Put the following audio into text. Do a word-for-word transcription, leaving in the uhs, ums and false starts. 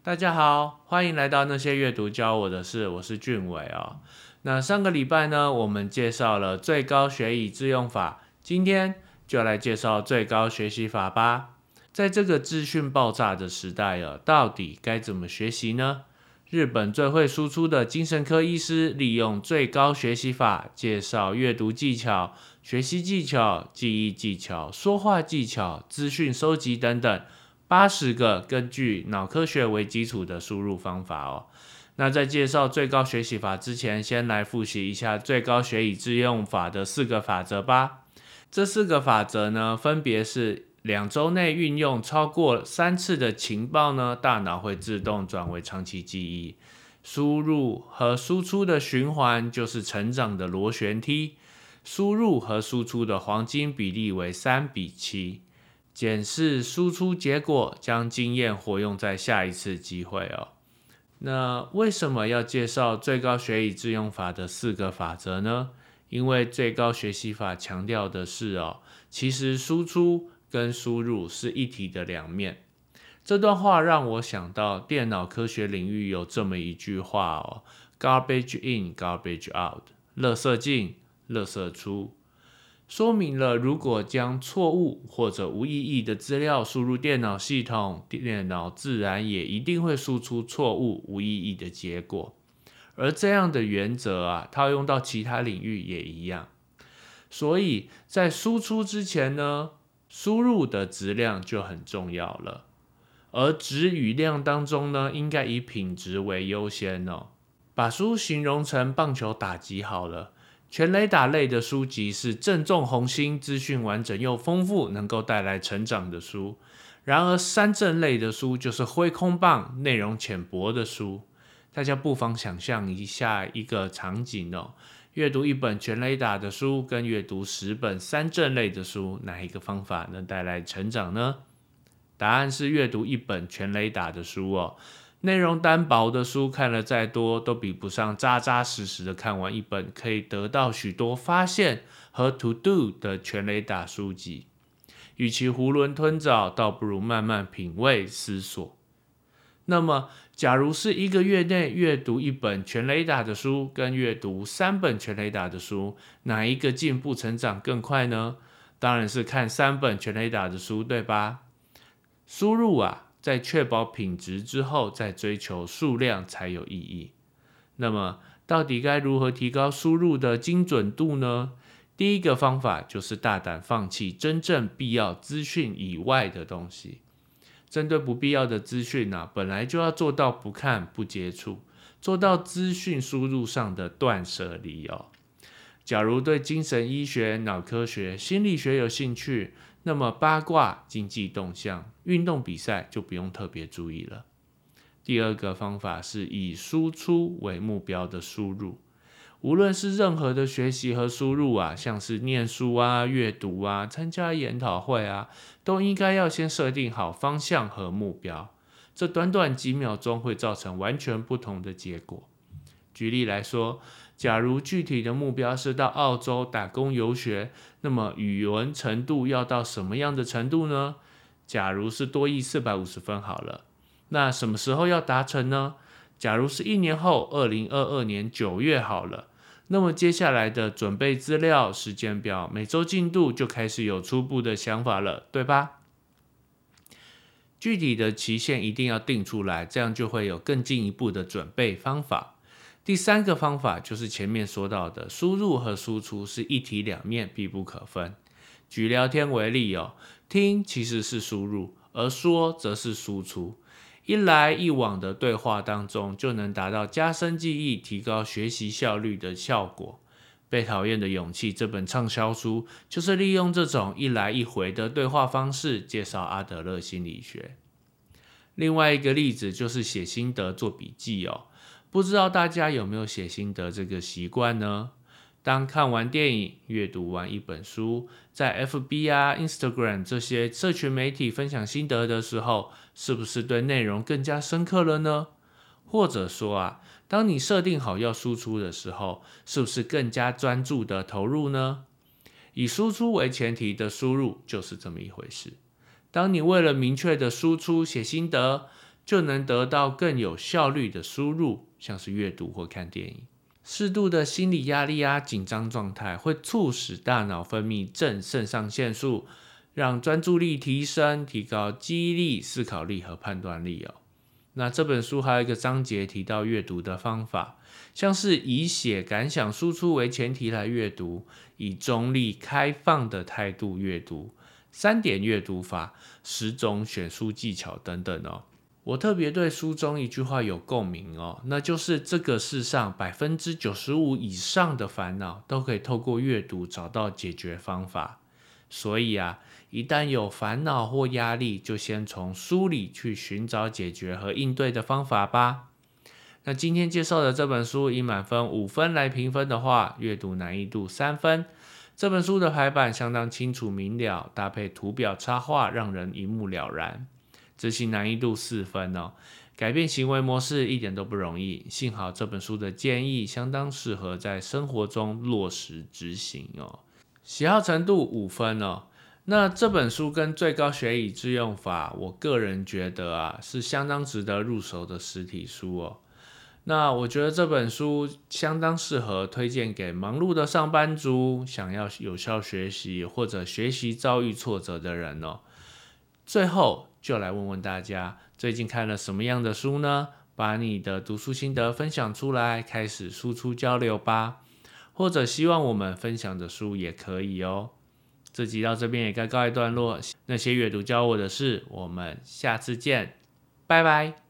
大家好，欢迎来到那些阅读教我的事，我是俊伟哦。那上个礼拜呢，我们介绍了最高学以致用法，今天就来介绍最高学习法吧。在这个资讯爆炸的时代哦，到底该怎么学习呢？日本最会输出的精神科医师利用最高学习法，介绍阅读技巧、学习技巧、记忆技巧、说话技巧、资讯收集等等八十个根据脑科学为基础的输入方法哦。那在介绍最高学习法之前，先来复习一下最高学以致用法的四个法则吧。这四个法则呢，分别是两周内运用超过三次的情报呢，大脑会自动转为长期记忆。输入和输出的循环就是成长的螺旋梯，输入和输出的黄金比例为三比七。检视输出结果，将经验活用在下一次机会哦。那为什么要介绍最高学以致用法的四个法则呢？因为最高学习法强调的是哦，其实输出跟输入是一体的两面。这段话让我想到电脑科学领域有这么一句话哦 ，garbage in, garbage out， 垃圾进，垃圾出。说明了，如果将错误或者无意义的资料输入电脑系统，电脑自然也一定会输出错误、无意义的结果。而这样的原则啊，套用到其他领域也一样。所以在输出之前呢，输入的质量就很重要了。而质与量当中呢，应该以品质为优先哦。把书形容成棒球打击好了。全垒打类的书籍是正中红心、资讯完整又丰富，能够带来成长的书。然而三振类的书就是挥空棒、内容浅薄的书。大家不妨想象一下一个场景哦，阅读一本全垒打的书跟阅读十本三振类的书，哪一个方法能带来成长呢？答案是阅读一本全垒打的书哦。内容单薄的书看了再多，都比不上扎扎实实的看完一本可以得到许多发现和 to do 的全垒打书籍。与其囫囵吞枣，倒不如慢慢品味思索。那么，假如是一个月内阅读一本全垒打的书，跟阅读三本全垒打的书，哪一个进步成长更快呢？当然是看三本全垒打的书，对吧？输入啊，在确保品质之后，再追求数量才有意义。那么，到底该如何提高输入的精准度呢？第一个方法就是大胆放弃真正必要资讯以外的东西。针对不必要的资讯啊，本来就要做到不看不接触，做到资讯输入上的断舍离哦。假如对精神医学、脑科学、心理学有兴趣，那么八卦、经济动向、运动比赛就不用特别注意了。第二个方法是以输出为目标的输入。无论是任何的学习和输入啊，像是念书啊、阅读啊、参加研讨会啊，都应该要先设定好方向和目标。这短短几秒钟会造成完全不同的结果。举例来说，假如具体的目标是到澳洲打工游学，那么语文程度要到什么样的程度呢？假如是多益四百五十分好了，那什么时候要达成呢？假如是一年后，二零二二年九月好了，那么接下来的准备资料、时间表、每周进度就开始有初步的想法了，对吧？具体的期限一定要定出来，这样就会有更进一步的准备方法。第三个方法就是前面说到的，输入和输出是一体两面，必不可分。举聊天为例哦，听其实是输入，而说则是输出。一来一往的对话当中，就能达到加深记忆、提高学习效率的效果。被讨厌的勇气这本畅销书，就是利用这种一来一回的对话方式，介绍阿德勒心理学。另外一个例子就是写心得、做笔记哦。不知道大家有没有写心得这个习惯呢？当看完电影、阅读完一本书，在 F B 啊、Instagram 这些社群媒体分享心得的时候，是不是对内容更加深刻了呢？或者说啊，当你设定好要输出的时候，是不是更加专注的投入呢？以输出为前提的输入就是这么一回事。当你为了明确的输出写心得， 就能得到更有效率的输入，像是阅读或看电影。适度的心理压力啊、紧张状态会促使大脑分泌正肾上腺素，让专注力提升，提高记忆力、思考力和判断力哦。那这本书还有一个章节提到阅读的方法，像是以写感想输出为前提来阅读，以中立开放的态度阅读，三点阅读法、十种选书技巧等等哦。我特别对书中一句话有共鸣哦，那就是这个世上 百分之九十五 以上的烦恼都可以透过阅读找到解决方法。所以啊，一旦有烦恼或压力，就先从书里去寻找解决和应对的方法吧。那今天介绍的这本书以满分五分来评分的话，阅读难易度三分。这本书的排版相当清楚明了，搭配图表插画，让人一目了然。执行难易度四分哦，改变行为模式一点都不容易。幸好这本书的建议相当适合在生活中落实执行哦。喜好程度五分哦。那这本书跟最高学以致用法，我个人觉得啊，是相当值得入手的实体书哦。那我觉得这本书相当适合推荐给忙碌的上班族、想要有效学习或者学习遭遇挫折的人哦。最后就来问问大家，最近看了什么样的书呢？把你的读书心得分享出来，开始输出交流吧。或者希望我们分享的书也可以哦。这集到这边也该告一段落，那些阅读教我的事，我们下次见，拜拜。